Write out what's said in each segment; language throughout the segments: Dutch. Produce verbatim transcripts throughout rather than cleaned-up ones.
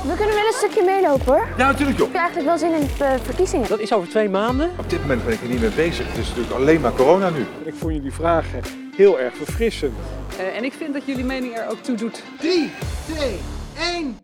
We kunnen wel een stukje meelopen hoor. Ja, natuurlijk joh. Ik heb eigenlijk wel zin in de uh, verkiezingen. Dat is over twee maanden. Op dit moment ben ik er niet mee bezig. Het is natuurlijk alleen maar corona nu. Ik vond jullie vragen heel erg verfrissend. Uh, en ik vind dat jullie mening er ook toe doet. drie, twee, één.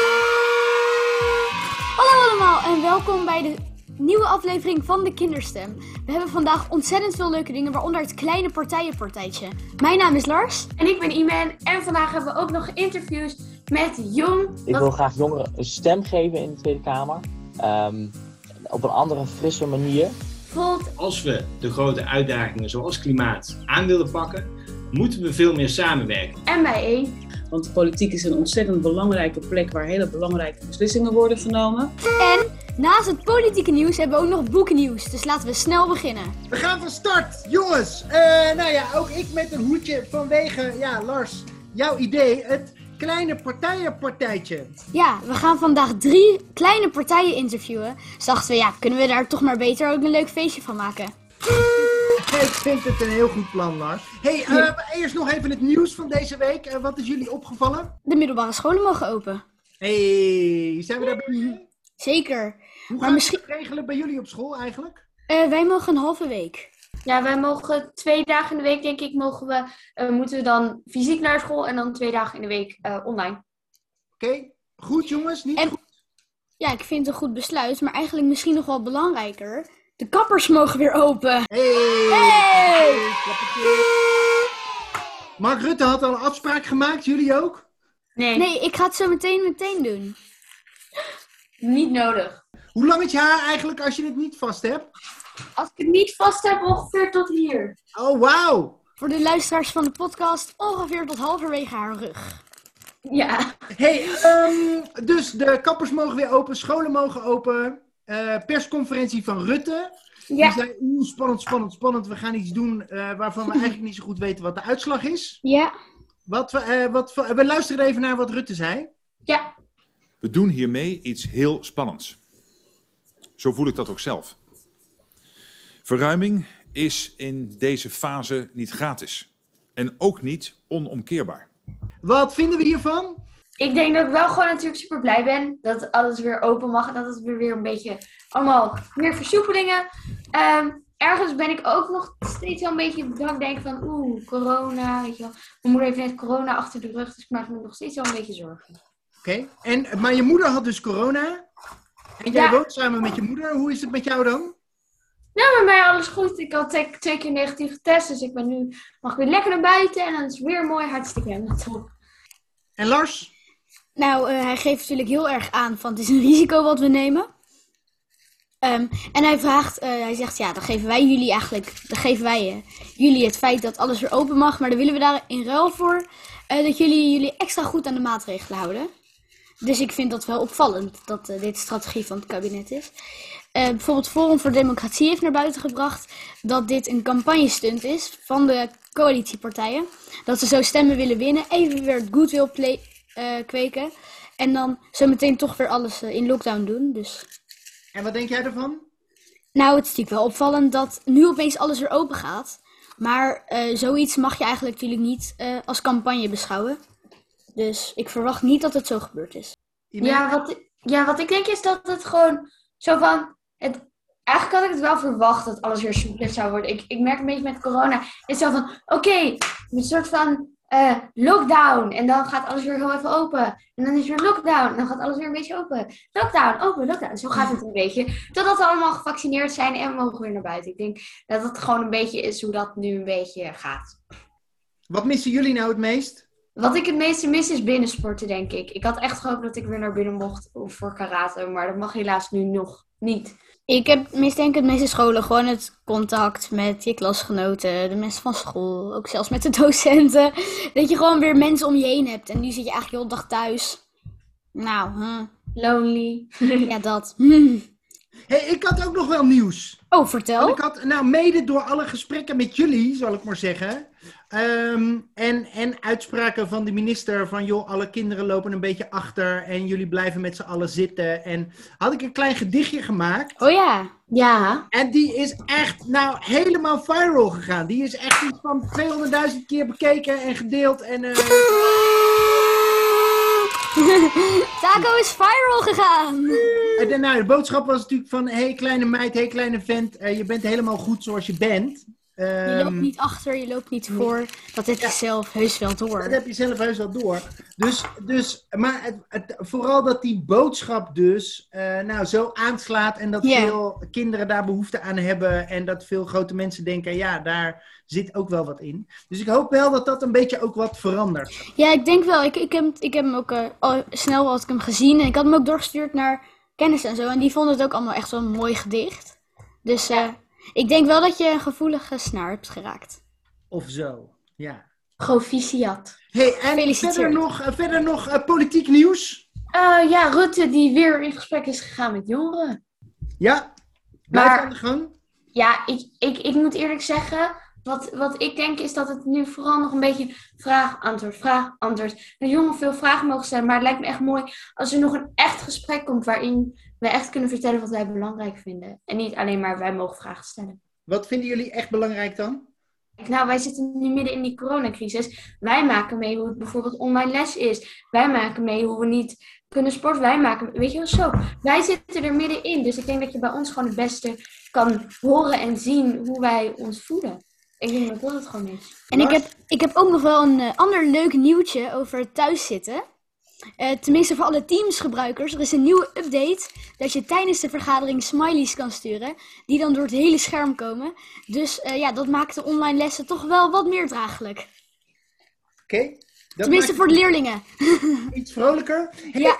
Hallo allemaal en welkom bij de nieuwe aflevering van de Kinderstem. We hebben vandaag ontzettend veel leuke dingen, waaronder het kleine partijenpartijtje. Mijn naam is Lars. En ik ben Iman. En vandaag hebben we ook nog interviews met Jong. Ik wil graag jongeren een stem geven in de Tweede Kamer. Um, op een andere, frisse manier. Volt. Als we de grote uitdagingen zoals klimaat aan willen pakken, moeten we veel meer samenwerken. En bijeen. Want de politiek is een ontzettend belangrijke plek waar hele belangrijke beslissingen worden genomen. En naast het politieke nieuws hebben we ook nog boeknieuws. Dus laten we snel beginnen. We gaan van start, jongens. Uh, nou ja, ook ik met een hoedje vanwege, ja Lars, jouw idee, het kleine partijenpartijtje. Ja, we gaan vandaag drie kleine partijen interviewen. Dus dachten we, ja, kunnen we daar toch maar beter ook een leuk feestje van maken. Ik vind het een heel goed plan, Lars. Hey, uh, ja. Eerst nog even het nieuws van deze week. Uh, wat is jullie opgevallen? De middelbare scholen mogen open. Hey, zijn we daar bij? Zeker. Hoe gaan we misschien... het regelen bij jullie op school eigenlijk? Uh, wij mogen een halve week. Ja, wij mogen twee dagen in de week, denk ik, mogen we, uh, moeten we dan fysiek naar school en dan twee dagen in de week uh, online. Oké, okay. Goed jongens, niet en, goed? Ja, ik vind het een goed besluit, maar eigenlijk misschien nog wel belangrijker. De kappers mogen weer open. Hey! Hey! Mark Rutte had al een afspraak gemaakt, jullie ook? Nee. Nee, ik ga het zo meteen meteen doen. Niet nodig. Hoe lang is je haar eigenlijk als je het niet vast hebt? Als ik het niet vast heb, ongeveer tot hier. Oh, wauw! Voor de luisteraars van de podcast, ongeveer tot halverwege haar rug. Ja. Hey, um, dus de kappers mogen weer open, scholen mogen open. Uh, persconferentie van Rutte. Ja. Die zei, oeh, spannend, spannend, spannend. We gaan iets doen uh, waarvan we eigenlijk niet zo goed weten wat de uitslag is. Ja. Wat we, uh, wat we, we luisteren even naar wat Rutte zei. Ja. We doen hiermee iets heel spannends. Zo voel ik dat ook zelf. Verruiming is in deze fase niet gratis. En ook niet onomkeerbaar. Wat vinden we hiervan? Ik denk dat ik wel gewoon natuurlijk super blij ben dat alles weer open mag. En dat het weer, weer een beetje allemaal meer versoepelingen. Um, ergens ben ik ook nog steeds wel een beetje dat ik denk van oeh, corona, weet je wel. Mijn moeder heeft net corona achter de rug, dus ik maak me nog steeds wel een beetje zorgen. Oké, okay. en maar je moeder had dus corona. En jij ja. woont samen met je moeder. Hoe is het met jou dan? Nou, met mij alles goed. Ik had twee, twee keer negatief getest, dus ik ben nu, mag weer lekker naar buiten. En dan is het weer mooi, hartstikke helemaal top. En Lars? Nou, uh, hij geeft natuurlijk heel erg aan van het is een risico wat we nemen. Um, en hij vraagt, uh, hij zegt ja, dan geven wij jullie eigenlijk, dan geven wij uh, jullie het feit dat alles weer open mag. Maar dan willen we daar in ruil voor uh, dat jullie jullie extra goed aan de maatregelen houden. Dus ik vind dat wel opvallend dat uh, dit de strategie van het kabinet is. Uh, bijvoorbeeld Forum voor Democratie heeft naar buiten gebracht dat dit een campagnestunt is van de coalitiepartijen. Dat ze zo stemmen willen winnen, even weer het goodwill play, uh, kweken. En dan zo meteen toch weer alles uh, in lockdown doen. Dus. En wat denk jij ervan? Nou, het is natuurlijk wel opvallend dat nu opeens alles weer open gaat. Maar uh, zoiets mag je eigenlijk natuurlijk niet uh, als campagne beschouwen. Dus ik verwacht niet dat het zo gebeurd is. Ja wat, ja, wat ik denk is dat het gewoon zo van... Het, eigenlijk had ik het wel verwacht dat alles weer soepeler zou worden. Ik, ik merk een beetje met corona. Het is zo van, oké, okay, een soort van uh, lockdown. En dan gaat alles weer heel even open. En dan is weer lockdown. En dan gaat alles weer een beetje open. Lockdown, open, lockdown. Zo gaat het een beetje. Totdat we allemaal gevaccineerd zijn en we mogen weer naar buiten. Ik denk dat het gewoon een beetje is hoe dat nu een beetje gaat. Wat missen jullie nou het meest? Wat ik het meeste mis is binnensporten, denk ik. Ik had echt gehoopt dat ik weer naar binnen mocht voor karate. Maar dat mag helaas nu nog niet. Ik heb mis denk ik het meeste scholen gewoon het contact met je klasgenoten, de mensen van school, ook zelfs met de docenten. Dat je gewoon weer mensen om je heen hebt en nu zit je eigenlijk heel de dag thuis. Nou, huh. Lonely. Ja, dat. Hey, ik had ook nog wel nieuws. Oh, vertel. Want ik had, nou, mede door alle gesprekken met jullie, zal ik maar zeggen. Um, en, en uitspraken van de minister van, joh, alle kinderen lopen een beetje achter en jullie blijven met z'n allen zitten. En had ik een klein gedichtje gemaakt. Oh ja. Ja. En die is echt, nou, helemaal viral gegaan. Die is echt iets van tweehonderdduizend keer bekeken en gedeeld. En, uh... Taco is viral gegaan. En de, nou, de boodschap was natuurlijk van, hé hey, kleine meid, hé hey, kleine vent, uh, je bent helemaal goed zoals je bent. Um, je loopt niet achter, je loopt niet voor. Dat heb je ja, zelf heus wel door. Dat heb je zelf heus wel door. Dus, dus maar het, het, vooral dat die boodschap dus uh, nou, zo aanslaat en dat yeah. veel kinderen daar behoefte aan hebben en dat veel grote mensen denken, ja, daar zit ook wel wat in. Dus ik hoop wel dat dat een beetje ook wat verandert. Ja, ik denk wel. Ik, ik, heb, ik heb hem ook uh, al snel had ik hem gezien en ik had hem ook doorgestuurd naar kennis en zo. En die vonden het ook allemaal echt wel een mooi gedicht. Dus uh, ik denk wel dat je een gevoelige snaar hebt geraakt. Of zo, ja. Proficiat. Hey, en verder nog, uh, verder nog uh, politiek nieuws? Uh, ja, Rutte die weer in gesprek is gegaan met jongeren. Ja, blijf aan de gang. Ja, ik, ik, ik moet eerlijk zeggen, wat, wat ik denk is dat het nu vooral nog een beetje vraag-antwoord, vraag-antwoord. Dat jongeren veel vragen mogen stellen, maar het lijkt me echt mooi als er nog een echt gesprek komt waarin we echt kunnen vertellen wat wij belangrijk vinden. En niet alleen maar wij mogen vragen stellen. Wat vinden jullie echt belangrijk dan? Nou, wij zitten nu midden in die coronacrisis. Wij maken mee hoe het bijvoorbeeld online les is. Wij maken mee hoe we niet kunnen sporten. Wij maken, weet je wel, zo. Wij zitten er middenin. Dus ik denk dat je bij ons gewoon het beste kan horen en zien hoe wij ons voelen. Ik denk dat dat het gewoon is. En ik heb, ik heb ook nog wel een uh, ander leuk nieuwtje over het thuiszitten. Uh, tenminste voor alle Teams-gebruikers. Er is een nieuwe update dat je tijdens de vergadering smileys kan sturen. Die dan door het hele scherm komen. Dus uh, ja, dat maakt de online lessen toch wel wat meer draaglijk. Oké. Okay, tenminste voor de leerlingen. Iets vrolijker. Hey, ja.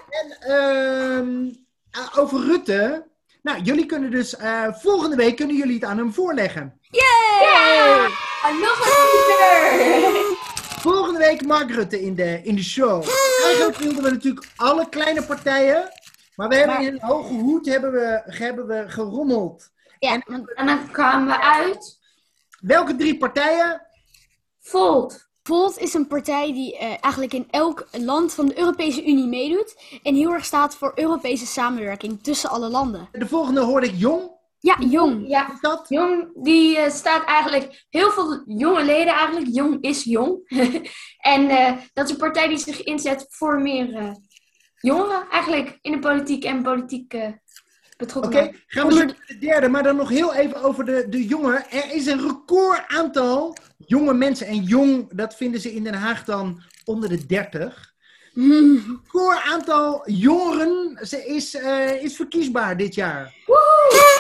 En uh, over Rutte. Nou, jullie kunnen dus uh, volgende week kunnen jullie het aan hem voorleggen. Yay! Yeah! En nog een keer! Volgende week Mark Rutte in de, in de show. Eigenlijk wilden we natuurlijk alle kleine partijen. Maar we hebben maar... in een hoge hoed hebben we, hebben we gerommeld. Ja, en, en dan kwamen we uit. Welke drie partijen? Volt. Volt is een partij die uh, eigenlijk in elk land van de Europese Unie meedoet. En heel erg staat voor Europese samenwerking tussen alle landen. De volgende hoorde ik Jong. Ja, Jong. Ja, is dat? Jong, die uh, staat eigenlijk, heel veel jonge leden eigenlijk, Jong is Jong. en uh, dat is een partij die zich inzet voor meer uh, jongeren eigenlijk in de politiek en politiek uh, betrokken. Oké, okay, gaan we zo naar de derde, maar dan nog heel even over de, de jongen. Er is een record aantal jonge mensen. En jong, dat vinden ze in Den Haag dan onder de dertig. Een record aantal jongeren is, uh, is verkiesbaar dit jaar. Woehoe!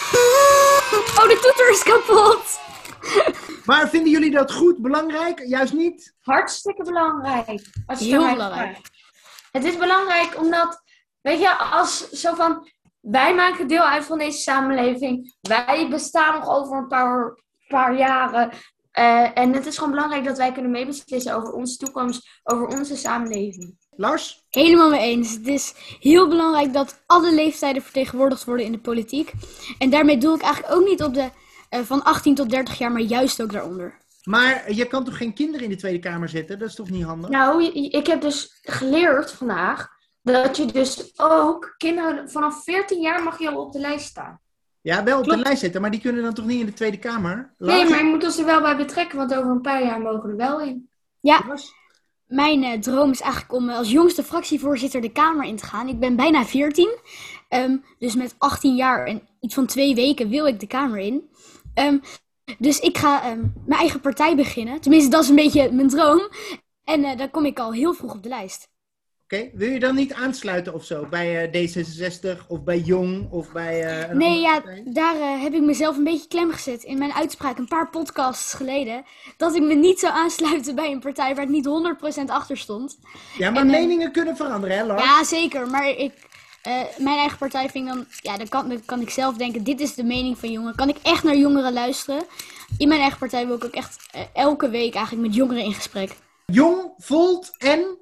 Oh, de toeter is kapot. Maar vinden jullie dat goed, belangrijk? Juist niet? Hartstikke belangrijk. Als Heel belangrijk. Vraagt. Het is belangrijk omdat, weet je, als zo van, wij maken deel uit van deze samenleving. Wij bestaan nog over een paar, paar jaren. Uh, en het is gewoon belangrijk dat wij kunnen meebeslissen over onze toekomst, over onze samenleving. Lars? Helemaal mee eens. Het is heel belangrijk dat alle leeftijden vertegenwoordigd worden in de politiek. En daarmee doe ik eigenlijk ook niet op de uh, van achttien tot dertig jaar, maar juist ook daaronder. Maar je kan toch geen kinderen in de Tweede Kamer zetten? Dat is toch niet handig? Nou, ik heb dus geleerd vandaag dat je dus ook kinderen vanaf veertien jaar mag je al op de lijst staan. Ja, wel op Klopt. de lijst zetten, maar die kunnen dan toch niet in de Tweede Kamer? Lars? Nee, maar je moet ons er wel bij betrekken, want over een paar jaar mogen er wel in. Ja. Mijn uh, droom is eigenlijk om uh, als jongste fractievoorzitter de Kamer in te gaan. Ik ben bijna veertien. Um, dus met achttien jaar en iets van twee weken wil ik de Kamer in. Um, dus ik ga um, mijn eigen partij beginnen. Tenminste, dat is een beetje mijn droom. En uh, dan kom ik al heel vroeg op de lijst. Oké, okay. Wil je dan niet aansluiten of zo? Bij uh, D zesenzestig of bij Jong of bij... Uh, een nee, ja, partij? daar uh, heb ik mezelf een beetje klem gezet in mijn uitspraak een paar podcasts geleden. Dat ik me niet zou aansluiten bij een partij waar ik niet honderd procent achter stond. Ja, maar en, meningen uh, kunnen veranderen, hè Lars? Ja, zeker. Maar ik, uh, mijn eigen partij vind ik dan... Ja, dan kan, dan kan ik zelf denken, dit is de mening van jongeren. Kan ik echt naar jongeren luisteren? In mijn eigen partij wil ik ook echt uh, elke week eigenlijk met jongeren in gesprek. Jong, Volt en...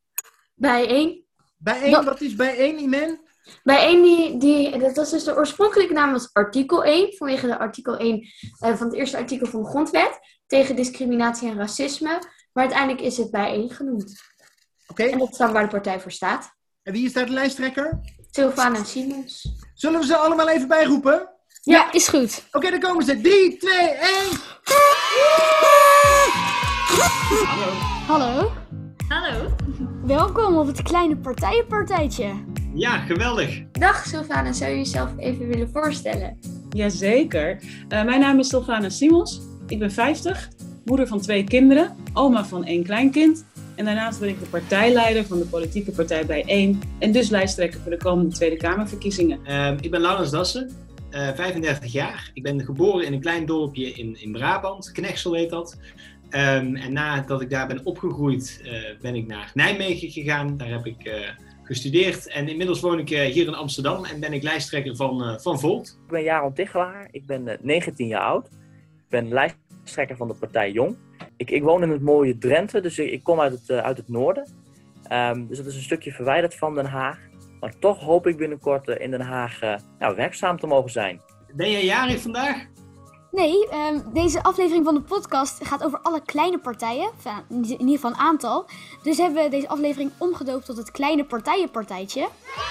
Bijeen. Bijeen, dat... wat is bijeen, Imen? Bijeen, die, die, dat was dus de oorspronkelijke naam was artikel één, vanwege de artikel één uh, van het eerste artikel van de grondwet, tegen discriminatie en racisme. Maar uiteindelijk is het bijeen genoemd. Oké. Okay. En dat is dan waar de partij voor staat. En wie is daar de lijsttrekker? Sylvana Simons. Zullen we ze allemaal even bijroepen? Ja, ja is goed. Oké, okay, dan komen ze. drie, twee, één. Hallo. Hallo. Hallo. Welkom op het kleine partijenpartijtje. Ja, geweldig. Dag Sylvana, zou je jezelf even willen voorstellen? Jazeker. Uh, mijn naam is Sylvana Simons. Ik ben vijftig, moeder van twee kinderen, oma van één kleinkind. En daarnaast ben ik de partijleider van de politieke partij Bijeen en dus lijsttrekker voor de komende Tweede Kamerverkiezingen. Uh, ik ben Laurens Dassen, uh, vijfendertig jaar. Ik ben geboren in een klein dorpje in, in Brabant, Knechtsel heet dat. Um, en nadat ik daar ben opgegroeid, uh, ben ik naar Nijmegen gegaan. Daar heb ik uh, gestudeerd en inmiddels woon ik uh, hier in Amsterdam en ben ik lijsttrekker van, uh, van Volt. Ik ben Jaron Tichelaar, ik ben uh, negentien jaar oud. Ik ben lijsttrekker van de partij Jong. Ik, ik woon in het mooie Drenthe, dus ik, ik kom uit het, uh, uit het noorden. Um, dus dat is een stukje verwijderd van Den Haag. Maar toch hoop ik binnenkort uh, in Den Haag uh, nou, werkzaam te mogen zijn. Ben jij jarig vandaag? Nee, um, deze aflevering van de podcast gaat over alle kleine partijen. In ieder geval een aantal. Dus hebben we deze aflevering omgedoopt tot het kleine partijenpartijtje.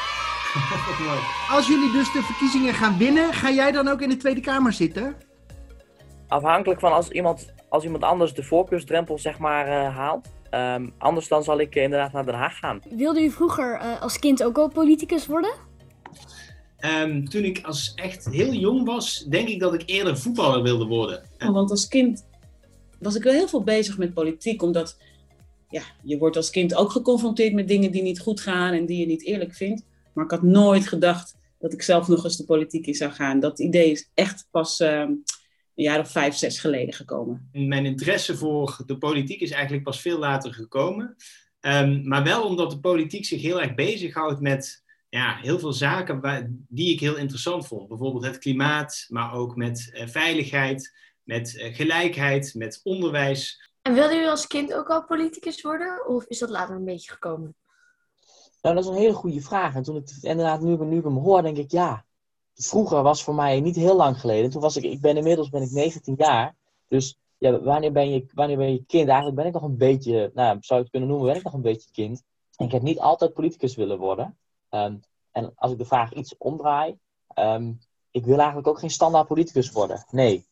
Als jullie dus de verkiezingen gaan winnen, ga jij dan ook in de Tweede Kamer zitten? Afhankelijk van als iemand, als iemand anders de voorkeursdrempel zeg maar uh, haalt. Um, anders dan zal ik uh, inderdaad naar Den Haag gaan. Wilde u vroeger uh, als kind ook al politicus worden? Um, toen ik als echt heel jong was, denk ik dat ik eerder voetballer wilde worden. Ja, want als kind was ik wel heel veel bezig met politiek, omdat ja, je wordt als kind ook geconfronteerd met dingen die niet goed gaan en die je niet eerlijk vindt. Maar ik had nooit gedacht dat ik zelf nog eens de politiek in zou gaan. Dat idee is echt pas uh, een jaar of vijf, zes geleden gekomen. Mijn interesse voor de politiek is eigenlijk pas veel later gekomen. Um, maar wel omdat de politiek zich heel erg bezighoudt met ja, heel veel zaken waar, die ik heel interessant vond. Bijvoorbeeld het klimaat, maar ook met uh, veiligheid, met uh, gelijkheid, met onderwijs. En wilde u als kind ook al politicus worden? Of is dat later een beetje gekomen? Nou, dat is een hele goede vraag. En toen ik inderdaad nu, nu ik hem hoor, denk ik ja. Vroeger was voor mij niet heel lang geleden. Toen was ik, ik ben inmiddels ben ik negentien jaar. Dus ja, wanneer ben je, wanneer ben je kind? Eigenlijk ben ik nog een beetje, nou, zou je het kunnen noemen, ben ik nog een beetje kind. En ik heb niet altijd politicus willen worden. Um, en als ik de vraag iets omdraai, um, ik wil eigenlijk ook geen standaard politicus worden. Nee.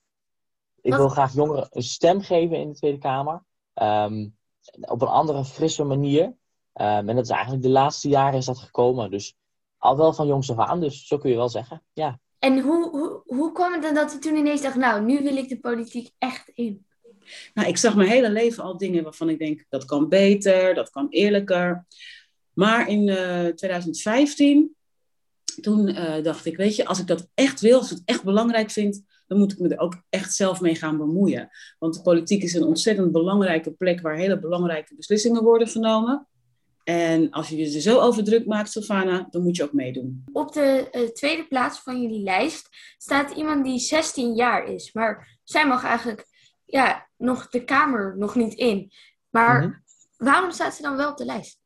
Ik Wat? wil graag jongeren een stem geven in de Tweede Kamer. Um, op een andere, frisse manier. Um, en dat is eigenlijk de laatste jaren is dat gekomen. Dus al wel van jongs af aan, dus zo kun je wel zeggen. Ja. En hoe, hoe, hoe kwam het dan dat u toen ineens dacht, nou, nu wil ik de politiek echt in? Nou, ik zag mijn hele leven al dingen waarvan ik denk, dat kan beter, dat kan eerlijker. Maar in uh, twintig vijftien, toen uh, dacht ik, weet je, als ik dat echt wil, als ik het echt belangrijk vind, dan moet ik me er ook echt zelf mee gaan bemoeien. Want de politiek is een ontzettend belangrijke plek waar hele belangrijke beslissingen worden genomen. En als je je er zo over druk maakt, Sylvana, dan moet je ook meedoen. Op de uh, tweede plaats van jullie lijst staat iemand die zestien jaar is. Maar zij mag eigenlijk ja, nog de Kamer nog niet in. Maar mm-hmm. waarom staat ze dan wel op de lijst?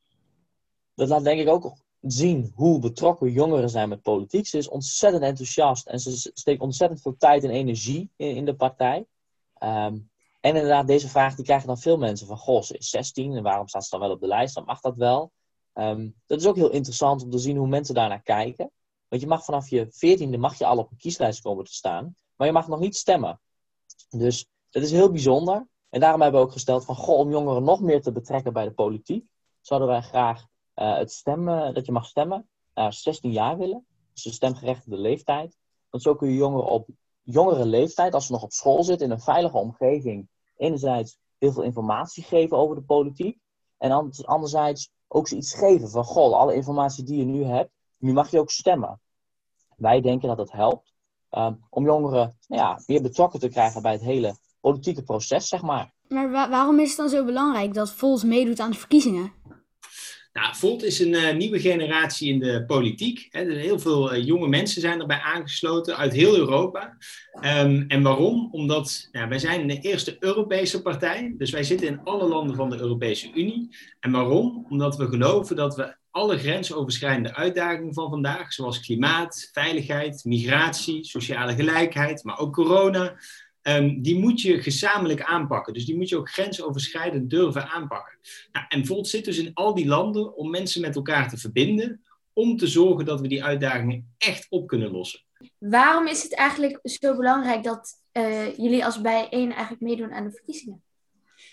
Dat laat denk ik ook zien hoe betrokken jongeren zijn met politiek. Ze is ontzettend enthousiast en ze steekt ontzettend veel tijd en energie in, in de partij. Um, en inderdaad, deze vraag die krijgen dan veel mensen van, goh, ze is zestien en waarom staat ze dan wel op de lijst? Dan mag dat wel. Um, dat is ook heel interessant om te zien hoe mensen daarnaar kijken. Want je mag vanaf je veertiende mag je al op een kieslijst komen te staan, maar je mag nog niet stemmen. Dus dat is heel bijzonder. En daarom hebben we ook gesteld van, goh, om jongeren nog meer te betrekken bij de politiek, zouden wij graag Uh, het stemmen, dat je mag stemmen, uh, zestien jaar willen. Dus de stemgerechtigde leeftijd. Want zo kun je jongeren op jongere leeftijd, als ze nog op school zitten, in een veilige omgeving, enerzijds heel veel informatie geven over de politiek. En anderzijds ook ze iets geven van, goh, alle informatie die je nu hebt, nu mag je ook stemmen. Wij denken dat het helpt um, om jongeren nou ja, meer betrokken te krijgen bij het hele politieke proces, zeg maar. Maar wa- waarom is het dan zo belangrijk dat Volt meedoet aan de verkiezingen? Nou, Volt is een uh, nieuwe generatie in de politiek. Hè. Er heel veel uh, jonge mensen zijn erbij aangesloten uit heel Europa. Um, en waarom? Omdat nou, wij zijn de eerste Europese partij. Dus wij zitten in alle landen van de Europese Unie. En waarom? Omdat we geloven dat we alle grensoverschrijdende uitdagingen van vandaag, zoals klimaat, veiligheid, migratie, sociale gelijkheid, maar ook corona, Um, die moet je gezamenlijk aanpakken. Dus die moet je ook grensoverschrijdend durven aanpakken. Nou, en Volt zit dus in al die landen om mensen met elkaar te verbinden, om te zorgen dat we die uitdagingen echt op kunnen lossen. Waarom is het eigenlijk zo belangrijk dat uh, jullie als Bijeen eigenlijk meedoen aan de verkiezingen?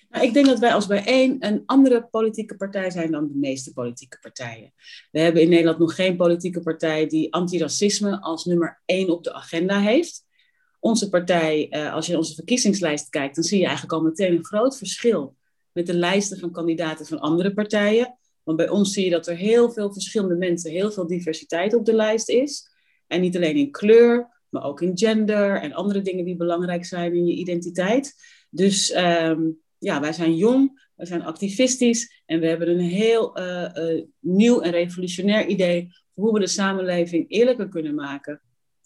Nou, ik denk dat wij als bijeen een andere politieke partij zijn dan de meeste politieke partijen. We hebben in Nederland nog geen politieke partij die antiracisme als nummer één op de agenda heeft. Onze partij, als je naar onze verkiezingslijst kijkt, dan zie je eigenlijk al meteen een groot verschil met de lijsten van kandidaten van andere partijen. Want bij ons zie je dat er heel veel verschillende mensen, heel veel diversiteit op de lijst is. En niet alleen in kleur, maar ook in gender en andere dingen die belangrijk zijn in je identiteit. Dus um, ja, wij zijn jong, wij zijn activistisch en we hebben een heel uh, uh, nieuw en revolutionair idee voor hoe we de samenleving eerlijker kunnen maken.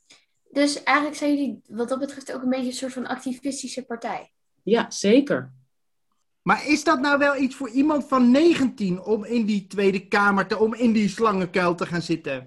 Dus eigenlijk zijn jullie wat dat betreft ook een beetje een soort van activistische partij? Ja, zeker. Maar is dat nou wel iets voor iemand van negentien om in die Tweede Kamer, te, om in die slangenkuil te gaan zitten?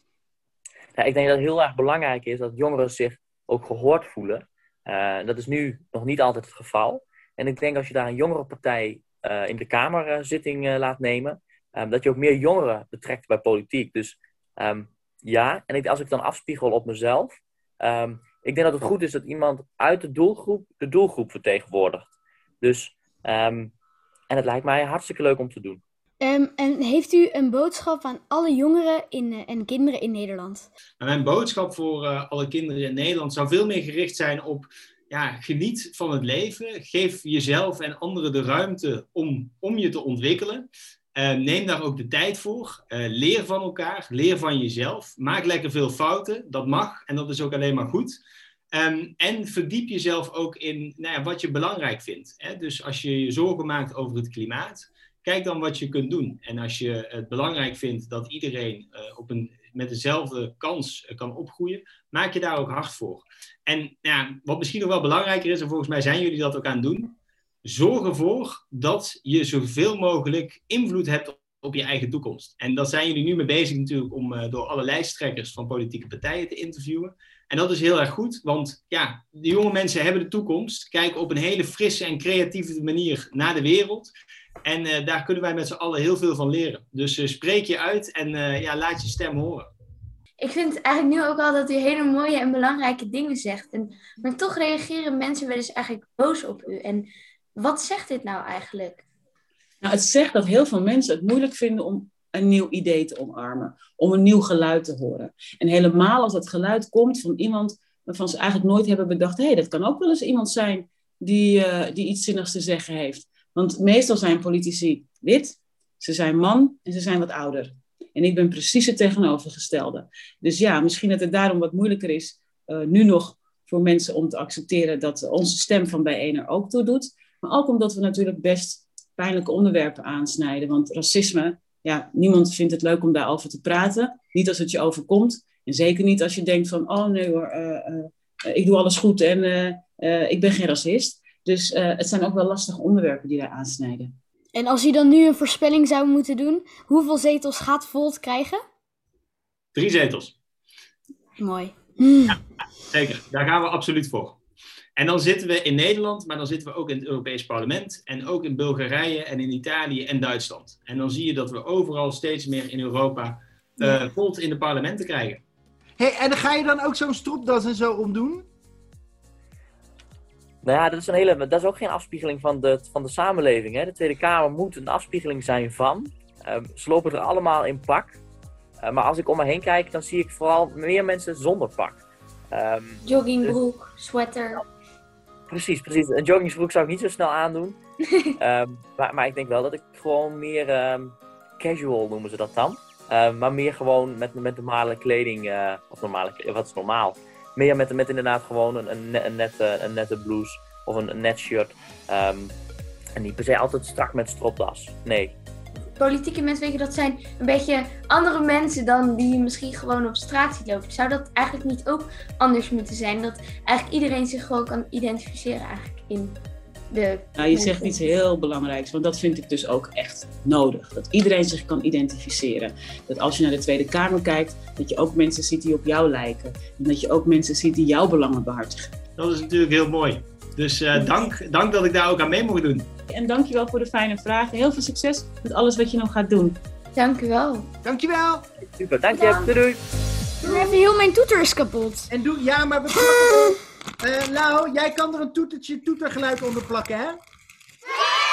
Ja, ik denk dat het heel erg belangrijk is dat jongeren zich ook gehoord voelen. Uh, dat is nu nog niet altijd het geval. En ik denk als je daar een jongerenpartij uh, in de Kamerzitting uh, laat nemen, um, dat je ook meer jongeren betrekt bij politiek. Dus um, ja, en ik, als ik dan afspiegel op mezelf, um, ik denk dat het goed is dat iemand uit de doelgroep de doelgroep vertegenwoordigt. Dus, um, en het lijkt mij hartstikke leuk om te doen. Um, en heeft u een boodschap aan alle jongeren in, uh, en kinderen in Nederland? Mijn boodschap voor uh, alle kinderen in Nederland zou veel meer gericht zijn op... Ja, geniet van het leven. Geef jezelf en anderen de ruimte om, om je te ontwikkelen. Uh, neem daar ook de tijd voor. Uh, leer van elkaar. Leer van jezelf. Maak lekker veel fouten. Dat mag en dat is ook alleen maar goed. Um, en verdiep jezelf ook in nou ja, wat je belangrijk vindt. Hè? Dus als je je zorgen maakt over het klimaat, kijk dan wat je kunt doen. En als je het belangrijk vindt dat iedereen uh, op een, met dezelfde kans uh, kan opgroeien, maak je daar ook hard voor. En ja, wat misschien nog wel belangrijker is, en volgens mij zijn jullie dat ook aan het doen, zorg ervoor dat je zoveel mogelijk invloed hebt op je eigen toekomst. En daar zijn jullie nu mee bezig natuurlijk om uh, door alle lijsttrekkers van politieke partijen te interviewen. En dat is heel erg goed, want ja, de jonge mensen hebben de toekomst, kijken op een hele frisse en creatieve manier naar de wereld. En uh, daar kunnen wij met z'n allen heel veel van leren. Dus uh, spreek je uit en uh, ja, laat je stem horen. Ik vind eigenlijk nu ook al dat u hele mooie en belangrijke dingen zegt. En, maar toch reageren mensen wel eens eigenlijk boos op u. En wat zegt dit nou eigenlijk? Nou, het zegt dat heel veel mensen het moeilijk vinden om een nieuw idee te omarmen. Om een nieuw geluid te horen. En helemaal als dat geluid komt van iemand waarvan ze eigenlijk nooit hebben bedacht, hé, hey, dat kan ook wel eens iemand zijn die, uh, die iets zinnigs te zeggen heeft. Want meestal zijn politici wit, ze zijn man en ze zijn wat ouder. En ik ben precies het tegenovergestelde. Dus ja, misschien dat het daarom wat moeilijker is uh, nu nog voor mensen om te accepteren dat onze stem van bijeen er ook toe doet. Maar ook omdat we natuurlijk best pijnlijke onderwerpen aansnijden. Want racisme, ja, niemand vindt het leuk om daarover te praten. Niet als het je overkomt. En zeker niet als je denkt van, oh nee hoor, uh, uh, ik doe alles goed en uh, uh, ik ben geen racist. Dus uh, het zijn ook wel lastige onderwerpen die daar aansnijden. En als u dan nu een voorspelling zou moeten doen, hoeveel zetels gaat Volt krijgen? Drie zetels. Mooi. Ja, zeker. Daar gaan we absoluut voor. En dan zitten we in Nederland, maar dan zitten we ook in het Europees Parlement. En ook in Bulgarije en in Italië en Duitsland. En dan zie je dat we overal steeds meer in Europa uh, Volt in de parlementen krijgen. Hey, en ga je dan ook zo'n stropdas en zo omdoen? Nou ja, dat is, een hele, dat is ook geen afspiegeling van de, van de samenleving. Hè? De Tweede Kamer moet een afspiegeling zijn van. Uh, ze lopen er allemaal in pak. Uh, maar als ik om me heen kijk, dan zie ik vooral meer mensen zonder pak. Um, Joggingbroek, sweater. Precies, precies. Een joggingsbroek zou ik niet zo snel aandoen. um, maar, maar ik denk wel dat ik gewoon meer um, casual noemen ze dat dan. Uh, maar meer gewoon met, met normale kleding. Uh, of normale kleding, wat is normaal? Meer met, met inderdaad gewoon een, een, een, nette, een nette blouse of een, een net shirt. Um, en niet per se altijd strak met stropdas. Nee. Politieke mensen, weet je, dat zijn een beetje andere mensen dan die je misschien gewoon op straat ziet lopen. Zou dat eigenlijk niet ook anders moeten zijn? Dat eigenlijk iedereen zich gewoon kan identificeren eigenlijk in de... Nou, je zegt iets heel belangrijks, want dat vind ik dus ook echt nodig. Dat iedereen zich kan identificeren. Dat als je naar de Tweede Kamer kijkt, dat je ook mensen ziet die op jou lijken. En dat je ook mensen ziet die jouw belangen behartigen. Dat is natuurlijk heel mooi. Dus uh, dank, dank dat ik daar ook aan mee mocht doen. En dankjewel voor de fijne vragen. Heel veel succes met alles wat je nog gaat doen. Dank u wel. Dankjewel. Super, dank je. Doei doei. Dan heb je heel mijn toeter is kapot. En doe, ja, maar we plakken uh, Lau, jij kan er een toetertje, toetergeluid onder plakken, hè?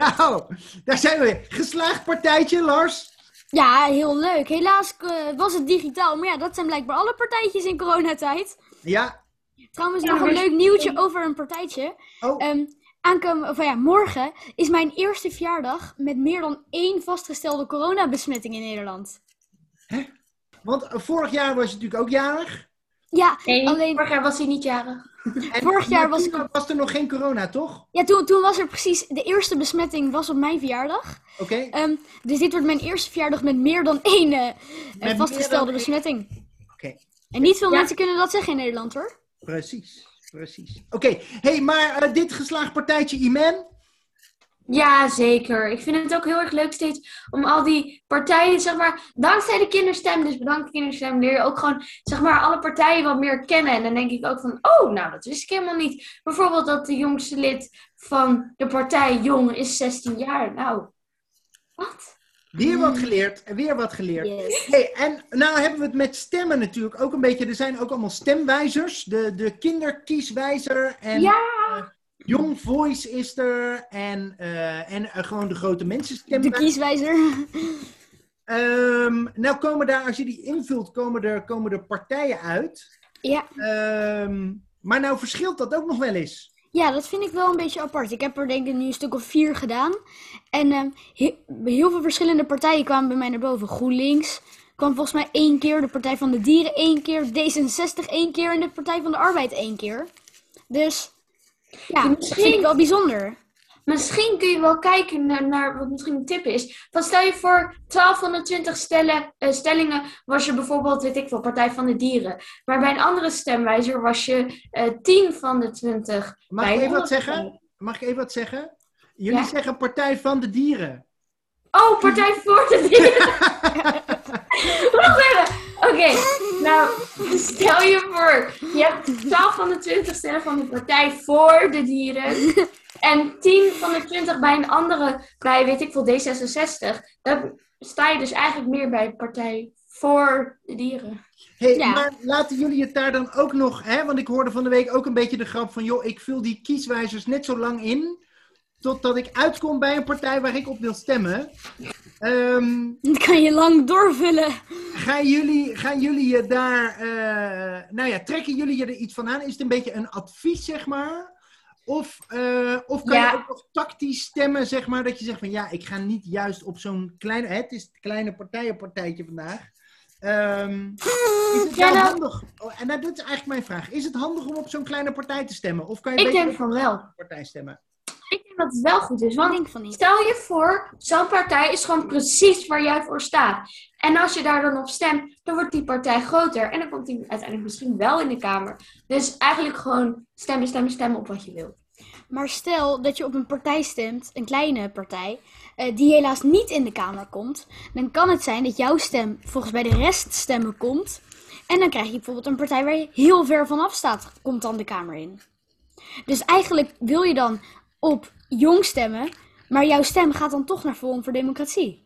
Nou, daar zijn we weer. Geslaagd partijtje, Lars. Ja, heel leuk. Helaas uh, was het digitaal. Maar ja, dat zijn blijkbaar alle partijtjes in coronatijd. Ja. Trouwens, Ja, nog een maar- leuk nieuwtje over een partijtje. Oh, Um, aankomen, of ja, morgen is mijn eerste verjaardag met meer dan één vastgestelde coronabesmetting in Nederland. want uh, vorig jaar was je natuurlijk ook jarig. Ja, Nee, alleen vorig jaar was hij niet jarig. En Vorig jaar maar was toen ik- was er nog geen corona, toch? ja, toen, toen was er precies, de eerste besmetting was op mijn verjaardag. Oké. Um, dus dit wordt mijn eerste verjaardag met meer dan één uh, meer vastgestelde dan één- besmetting. Oké. En niet veel Ja. mensen kunnen dat zeggen in Nederland hoor. Precies, precies. Oké, hey, maar uh, dit geslaagd partijtje, Iman. Ja, zeker. Ik vind het ook heel erg leuk steeds om al die partijen, zeg maar, dankzij de kinderstem, dus bedankt kinderstem, leer je ook gewoon, zeg maar, alle partijen wat meer kennen. En dan denk ik ook van, oh, nou, dat wist ik helemaal niet. Bijvoorbeeld dat de jongste lid van de partij Jong is zestien jaar. Nou, wat? Weer wat geleerd en weer wat geleerd. Yes. Hey, en nou hebben we het met stemmen natuurlijk ook een beetje. Er zijn ook allemaal stemwijzers. De, de kinderkieswijzer en Ja. eh, Young Voice is er. En, eh, en eh, gewoon de grote mensen De stemwijzer. kieswijzer. Ehm, nou komen daar, als je die invult, komen er, komen er partijen uit. Ja. Ehm, maar nou verschilt dat ook nog wel eens. Ja, dat vind ik wel een beetje apart. Ik heb er denk ik nu een stuk of vier gedaan. En ehm, he- heel veel verschillende partijen kwamen bij mij naar boven. GroenLinks kwam volgens mij één keer. De Partij van de Dieren één keer. D zesenzestig één keer. En de Partij van de Arbeid één keer. Dus ja, dat Misschien- vind ik wel bijzonder. Misschien kun je wel kijken naar, naar wat misschien een tip is. Van stel je voor, twaalf van de twintig stellen, eh, stellingen was je bijvoorbeeld, weet ik veel, Partij van de Dieren. Maar bij een andere stemwijzer was je eh tien van de twintig. Mag bij ik een even wat andere zeggen? Mag ik even wat zeggen? Jullie Ja. zeggen Partij van de Dieren. Oh, Partij voor de Dieren. Wacht even. Oké, nou, stel je voor, je hebt twaalf van de twintig stemmen van de Partij voor de Dieren. En tien van de twintig bij een andere, bij weet ik veel, D zesenzestig. Dan sta je dus eigenlijk meer bij Partij voor de Dieren. Hey, Ja. maar laten jullie het daar dan ook nog, hè? Want ik hoorde van de week ook een beetje de grap van, joh, ik vul die kieswijzers net zo lang in, totdat ik uitkom bij een partij waar ik op wil stemmen. Ehm, Dat kan je lang doorvullen. gaan, jullie, gaan jullie je daar, eh, nou ja, trekken jullie je er iets van aan? Is het een beetje een advies, zeg maar? Of, eh, of kan Ja. je ook nog tactisch stemmen, zeg maar, dat je zegt van, ja, ik ga niet juist op zo'n kleine, hè, het is het kleine partijenpartijtje vandaag. Ehm, is het Ja, wel nou- handig? Oh, en nou, dat is eigenlijk mijn vraag. Is het handig om op zo'n kleine partij te stemmen? Of kan je Ik beter denk op van wel. een partij stemmen? Ik denk dat het wel goed is, Ik want denk van niet. stel je voor, zo'n partij is gewoon precies waar jij voor staat. En als je daar dan op stemt, dan wordt die partij groter. En dan komt die uiteindelijk misschien wel in de Kamer. Dus eigenlijk gewoon stemmen, stemmen, stemmen op wat je wilt. Maar stel dat je op een partij stemt, een kleine partij, eh, die helaas niet in de Kamer komt. Dan kan het zijn dat jouw stem volgens bij de rest stemmen komt. En dan krijg je bijvoorbeeld een partij waar je heel ver vanaf staat, komt dan de Kamer in. Dus eigenlijk wil je dan op Jong stemmen, maar jouw stem gaat dan toch naar Forum voor Democratie.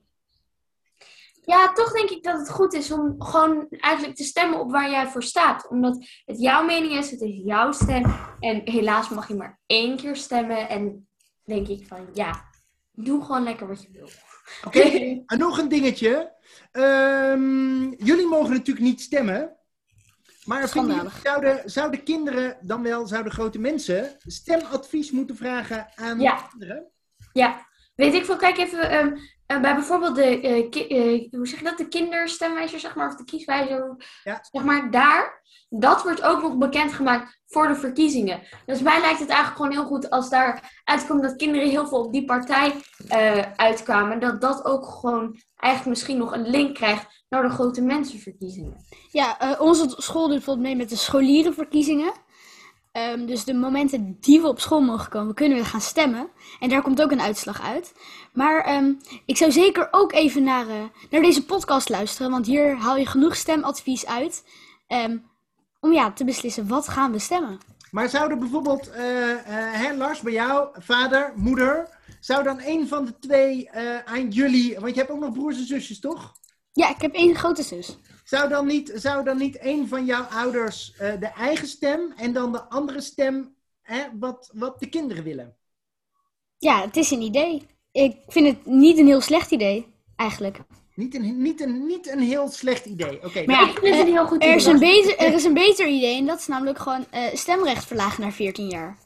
Ja, toch denk ik dat het goed is om gewoon eigenlijk te stemmen op waar jij voor staat. Omdat het jouw mening is, het is jouw stem. En helaas mag je maar één keer stemmen. En denk ik van, ja, doe gewoon lekker wat je wil. Oké, en nog een dingetje. Ehm, jullie mogen natuurlijk niet stemmen. Maar vinden jullie- Schandalig. zouden, zouden kinderen, dan wel zouden grote mensen, stemadvies moeten vragen aan Ja. kinderen? Ja, weet ik veel. Kijk even ehm, eh, bij bijvoorbeeld de, eh, ki- eh, hoe zeg je dat, de kinderstemwijzer, zeg maar, of de kieswijzer, Ja. zeg maar, daar. Dat wordt ook nog bekendgemaakt voor de verkiezingen. Dus mij lijkt het eigenlijk gewoon heel goed als daar uitkomt dat kinderen heel veel op die partij eh, uitkwamen. Dat dat ook gewoon eigenlijk misschien nog een link krijgt naar de grote mensenverkiezingen. Ja, eh, onze school doet bijvoorbeeld mee met de scholierenverkiezingen. Ehm, dus de momenten die we op school mogen komen, kunnen we gaan stemmen. En daar komt ook een uitslag uit. Maar ehm, ik zou zeker ook even naar, eh, naar deze podcast luisteren. Want hier haal je genoeg stemadvies uit. ehm, om ja, te beslissen, wat gaan we stemmen? Maar zouden bijvoorbeeld, eh, eh, hè, Lars, bij jou, vader, moeder, zou dan een van de twee eh, aan jullie, want je hebt ook nog broers en zusjes, toch? Ja, ik heb één grote zus. Zou dan niet, zou dan niet een van jouw ouders eh, de eigen stem en dan de andere stem, hè, wat, wat de kinderen willen? Ja, het is een idee. ik vind het niet een heel slecht idee, eigenlijk. Niet een, niet een, niet een heel slecht idee. Oké. Maar ja, Ik vind het een heel goed er, is idee. een beter, er is een beter idee en dat is namelijk gewoon eh, stemrecht verlagen naar veertien jaar.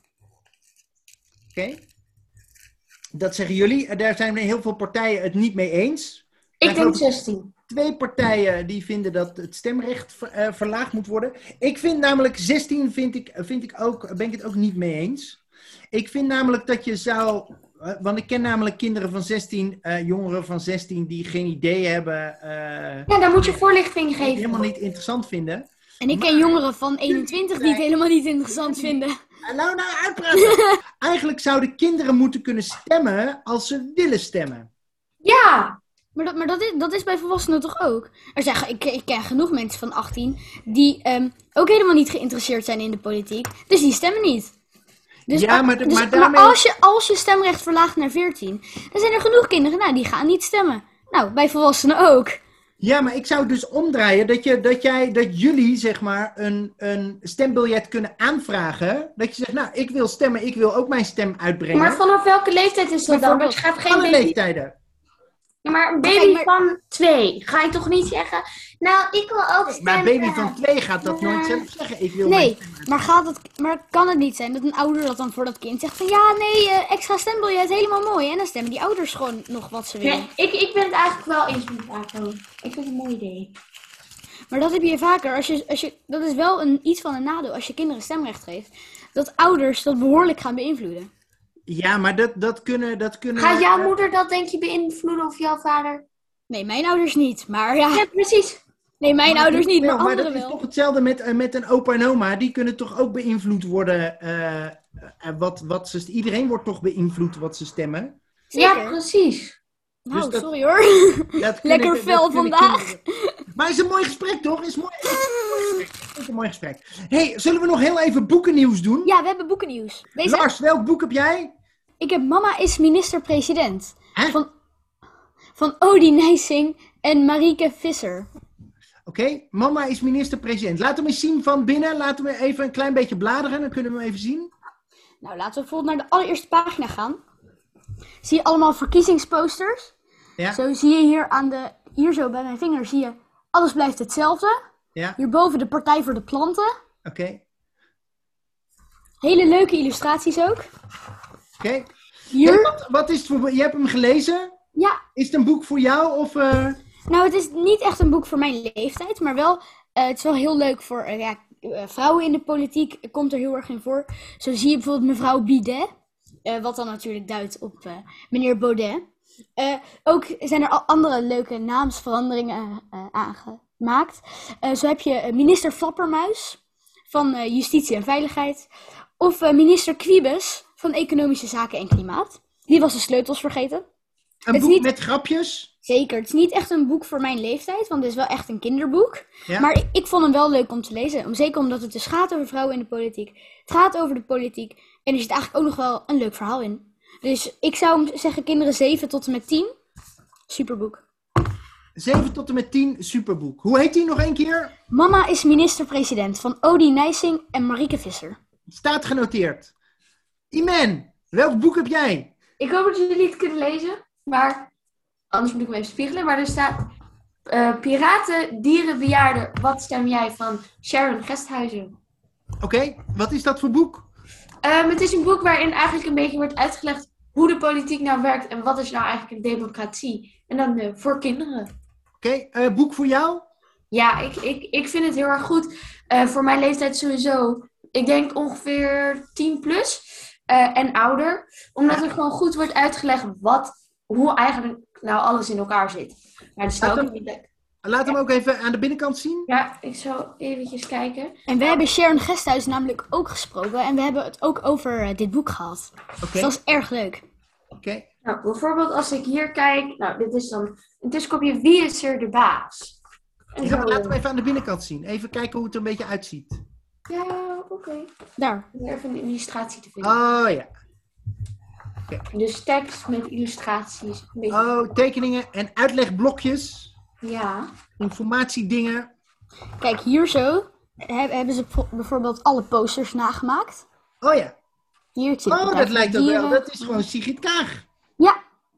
Oké. Dat zeggen jullie. Eh, Daar zijn heel veel partijen het niet mee eens. Ik Daar denk geloof ik zestien. twee partijen die vinden dat het stemrecht ver- eh, verlaagd moet worden. Ik vind namelijk zestien vind ik, vind ik ook, ben ik het ook niet mee eens. Ik vind namelijk dat je zou... eh, want ik ken namelijk kinderen van zestien, eh, jongeren van zestien die geen idee hebben, eh, Ja, dan moet je voorlichting die het geven. helemaal niet interessant vinden. En ik ken jongeren van eenentwintig die het helemaal niet interessant vinden. En nou, nou, uitpraten! Eigenlijk zouden kinderen moeten kunnen stemmen als ze willen stemmen. Ja, Maar, dat, maar dat, is, dat is bij volwassenen toch ook? Er zijn, ik, ik ken genoeg mensen van achttien die ehm, ook helemaal niet geïnteresseerd zijn in de politiek. Dus die stemmen niet. Dus, Ja, maar de- dus- maar daarmee- als, je, als je stemrecht verlaagt naar veertien, dan zijn er genoeg kinderen, nou, die gaan niet stemmen. Nou, bij volwassenen ook. Ja, maar ik zou het dus omdraaien dat, je, dat, jij, dat jullie zeg maar een, een stembiljet kunnen aanvragen. Dat je zegt, nou, ik wil stemmen, ik wil ook mijn stem uitbrengen. maar vanaf welke leeftijd is dat dan? Want je gaat geen Alle baby... leeftijden. Ja, maar een Kijk, baby maar- van twee. Ga je toch niet zeggen, nou, ik wil ook Maar stemmen. een baby van twee gaat dat nooit zelf zeggen. Ik wil Nee, mijn stem uitbrengen. maar, gaat het, maar kan het niet zijn dat een ouder dat dan voor dat kind zegt van ja, nee, eh, extra stembiljet, helemaal mooi. En dan stemmen die ouders gewoon nog wat ze willen. Nee, ik, ik ben het eigenlijk wel eens met Paco. Ik vind het een mooi idee. Maar dat heb je vaker. Als je, als je, dat is wel een, iets van een nadeel als je kinderen stemrecht geeft. Dat ouders dat behoorlijk gaan beïnvloeden. Ja, maar dat, dat kunnen... Dat kunnen Gaat jouw eh, moeder dat denk je beïnvloeden of jouw vader? Nee, mijn ouders niet. Maar ja, Ja, precies. nee, mijn maar ouders dat- niet, maar wel, maar anderen dat is wel. toch hetzelfde met, eh, met een opa en oma. Die kunnen toch ook beïnvloed worden. eh, eh, wat, wat ze, iedereen wordt toch beïnvloed wat ze stemmen. Ja, Zeker. precies. Nou, dus dat- sorry hoor. Dat kunnen- Lekker dat fel kunnen vandaag. kinderen- Maar het is een mooi gesprek, toch? Het is, mooi, het is een mooi gesprek. Het is een mooi gesprek. Hey, zullen we nog heel even boekennieuws doen? Ja, we hebben boekennieuws. Deze, Lars, welk boek heb jij? ik heb Mama is minister-president. Hè? Van, van Odie Nijsing en Marieke Visser. Oké, mama is minister-president. Laat hem eens zien van binnen. Laten we even een klein beetje bladeren. Dan kunnen we hem even zien. Nou, laten we bijvoorbeeld naar de allereerste pagina gaan. Zie je allemaal verkiezingsposters. Ja, Zo zie je hier aan de, hier zo bij mijn vinger zie je, alles blijft hetzelfde. ja, Hierboven de Partij voor de Planten. oké. Hele leuke illustraties ook. Oké. Hey, Hier, wat, wat is het voor... Je hebt hem gelezen? ja, Is het een boek voor jou? Of, eh, nou het is niet echt een boek voor mijn leeftijd, maar wel, eh, het is wel heel leuk voor, eh, ja, eh, vrouwen in de politiek komt er heel erg in voor. Zo zie je bijvoorbeeld mevrouw Bidet, eh, wat dan natuurlijk duidt op eh, meneer Baudet. Eh, ook zijn er al andere leuke naamsveranderingen eh, aangemaakt. Eh, zo heb je eh, minister Flappermuis van eh, Justitie en Veiligheid. Of eh, minister Kwiebes van Economische Zaken en Klimaat. Die was de sleutels vergeten. een is boek niet- met grapjes? Zeker, het is niet echt een boek voor mijn leeftijd, want het is wel echt een kinderboek. Ja. Maar ik, ik vond hem wel leuk om te lezen. Om, zeker omdat het dus gaat over vrouwen in de politiek. Het gaat over de politiek. En er zit eigenlijk ook nog wel een leuk verhaal in. Dus ik zou hem zeggen kinderen zeven tot en met tien. Superboek. zeven tot en met tien, superboek. Hoe heet die nog een keer? Mama is minister-president van Odie Nijsing en Marieke Visser. Staat genoteerd. Iman, welk boek heb jij? Ik hoop dat jullie het kunnen lezen, maar anders moet ik hem even spiegelen. Maar er staat eh, Piraten, Dieren, Bejaarden, wat stem jij van Sharon Gesthuizen. Oké, wat is dat voor boek? Ehm, het is een boek waarin eigenlijk een beetje wordt uitgelegd hoe de politiek nou werkt en wat is nou eigenlijk een democratie. En dan eh, voor kinderen. Oké, eh, boek voor jou? Ja, ik, ik, ik vind het heel erg goed. Eh, voor mijn leeftijd sowieso. Ik denk ongeveer tien plus eh, en ouder. Omdat er gewoon goed wordt uitgelegd wat, hoe eigenlijk nou alles in elkaar zit. Maar er staat Laat ook niet... Laat hem ook even aan de binnenkant zien. Ja, ik zal eventjes kijken. En we hebben Sharon Gesthuis namelijk ook gesproken. En we hebben het ook over eh, dit boek gehad. Oké, Dus dat is erg leuk. oké. Nou, bijvoorbeeld als ik hier kijk. Nou, dit is dan een tussenkopje. Wie is er de baas? En Ja, zo, laat hem even aan de binnenkant zien. Even kijken hoe het er een beetje uitziet. Ja, oké. Daar. Om even een illustratie te vinden. Oh ja. Dus tekst met illustraties. Een beetje... Oh, tekeningen en uitlegblokjes. Ja. Informatiedingen. Kijk, hier zo he- hebben ze bijvo- bijvoorbeeld alle posters nagemaakt. Oh ja. Hier zie je Oh, Partij dat voor lijkt de ook wel. Dieren. Dat is gewoon Sigrid Kaag. Ja,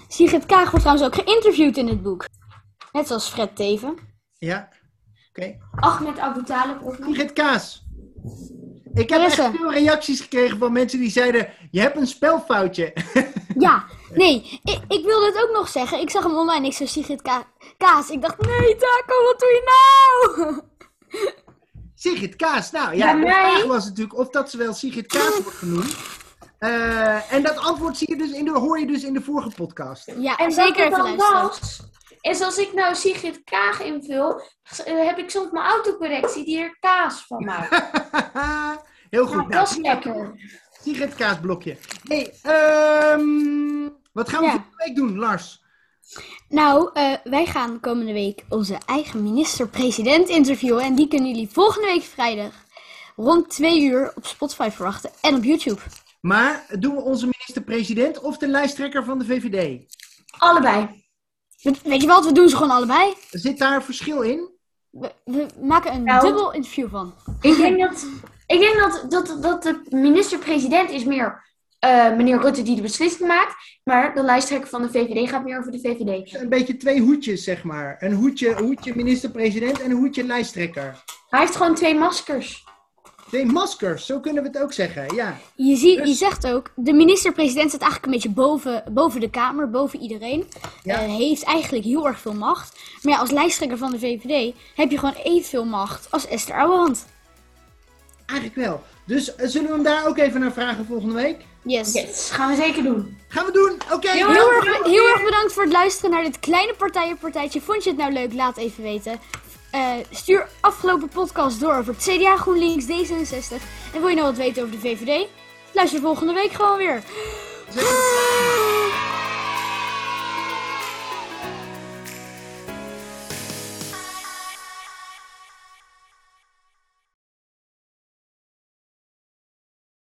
Sigrid Kaag wordt trouwens ook geïnterviewd in het boek. Net zoals Fred Teven. Ja, oké. Okay. Ahmed Abu Talib ook nog. Sigrid Kaas. Ik heb Marisse. echt veel reacties gekregen van mensen die zeiden... Je hebt een spelfoutje. Ja, nee, ik, ik wilde het ook nog zeggen. Ik zag hem online, ik zei Sigrid Ka- Kaas. Ik dacht, nee Taco, wat doe je nou? Sigrid Kaas. Nou ja, Ja, de mij- vraag was natuurlijk of dat ze wel Sigrid Kaas wordt genoemd. Uh, en dat antwoord zie je dus in de, hoor je dus in de vorige podcast. Ja, En zeker wat even het dan luisteren. was, is als ik nou Sigrid Kaag invul, uh, heb ik soms mijn autocorrectie die er kaas van maakt. Heel goed. Ja, Nou, dat is lekker. Sigrid Kaas blokje. Hey, um, wat gaan we Ja. volgende week doen, Lars? Nou, uh, wij gaan komende week onze eigen minister-president interviewen. En die kunnen jullie volgende week vrijdag rond twee uur op Spotify verwachten en op YouTube. Maar doen we onze minister-president of de lijsttrekker van de V V D? Allebei. We- Weet je wat, we doen ze gewoon allebei. Zit daar verschil in? We, we maken een Nou. dubbel interview van. Ik denk dat, ik denk dat, dat, dat de minister-president is meer uh, meneer Rutte die de beslissing maakt. Maar de lijsttrekker van de V V D gaat meer over de V V D. Een beetje twee hoedjes, zeg maar. Een hoedje, hoedje minister-president en een hoedje lijsttrekker. Hij heeft gewoon twee maskers. Twee maskers, zo kunnen we het ook zeggen, ja. Je, ziet, Dus- je zegt ook, de minister-president staat eigenlijk een beetje boven, boven de Kamer, boven iedereen. Ja. Eh, heeft eigenlijk heel erg veel macht. Maar ja, als lijsttrekker van de V V D heb je gewoon evenveel macht als Esther Ouwehand. Eigenlijk wel. Dus uh, zullen we hem daar ook even naar vragen volgende week? Yes. Yes, gaan we zeker doen. Gaan we doen, oké. Heel Heel erg, heel erg bedankt voor het luisteren naar dit kleine partijenpartijtje. Vond je het nou leuk? Laat even weten. Eh, stuur afgelopen podcast door over het C D A, GroenLinks, D zesenzestig. En wil je nou wat weten over de V V D? Luister volgende week gewoon weer. Zeker.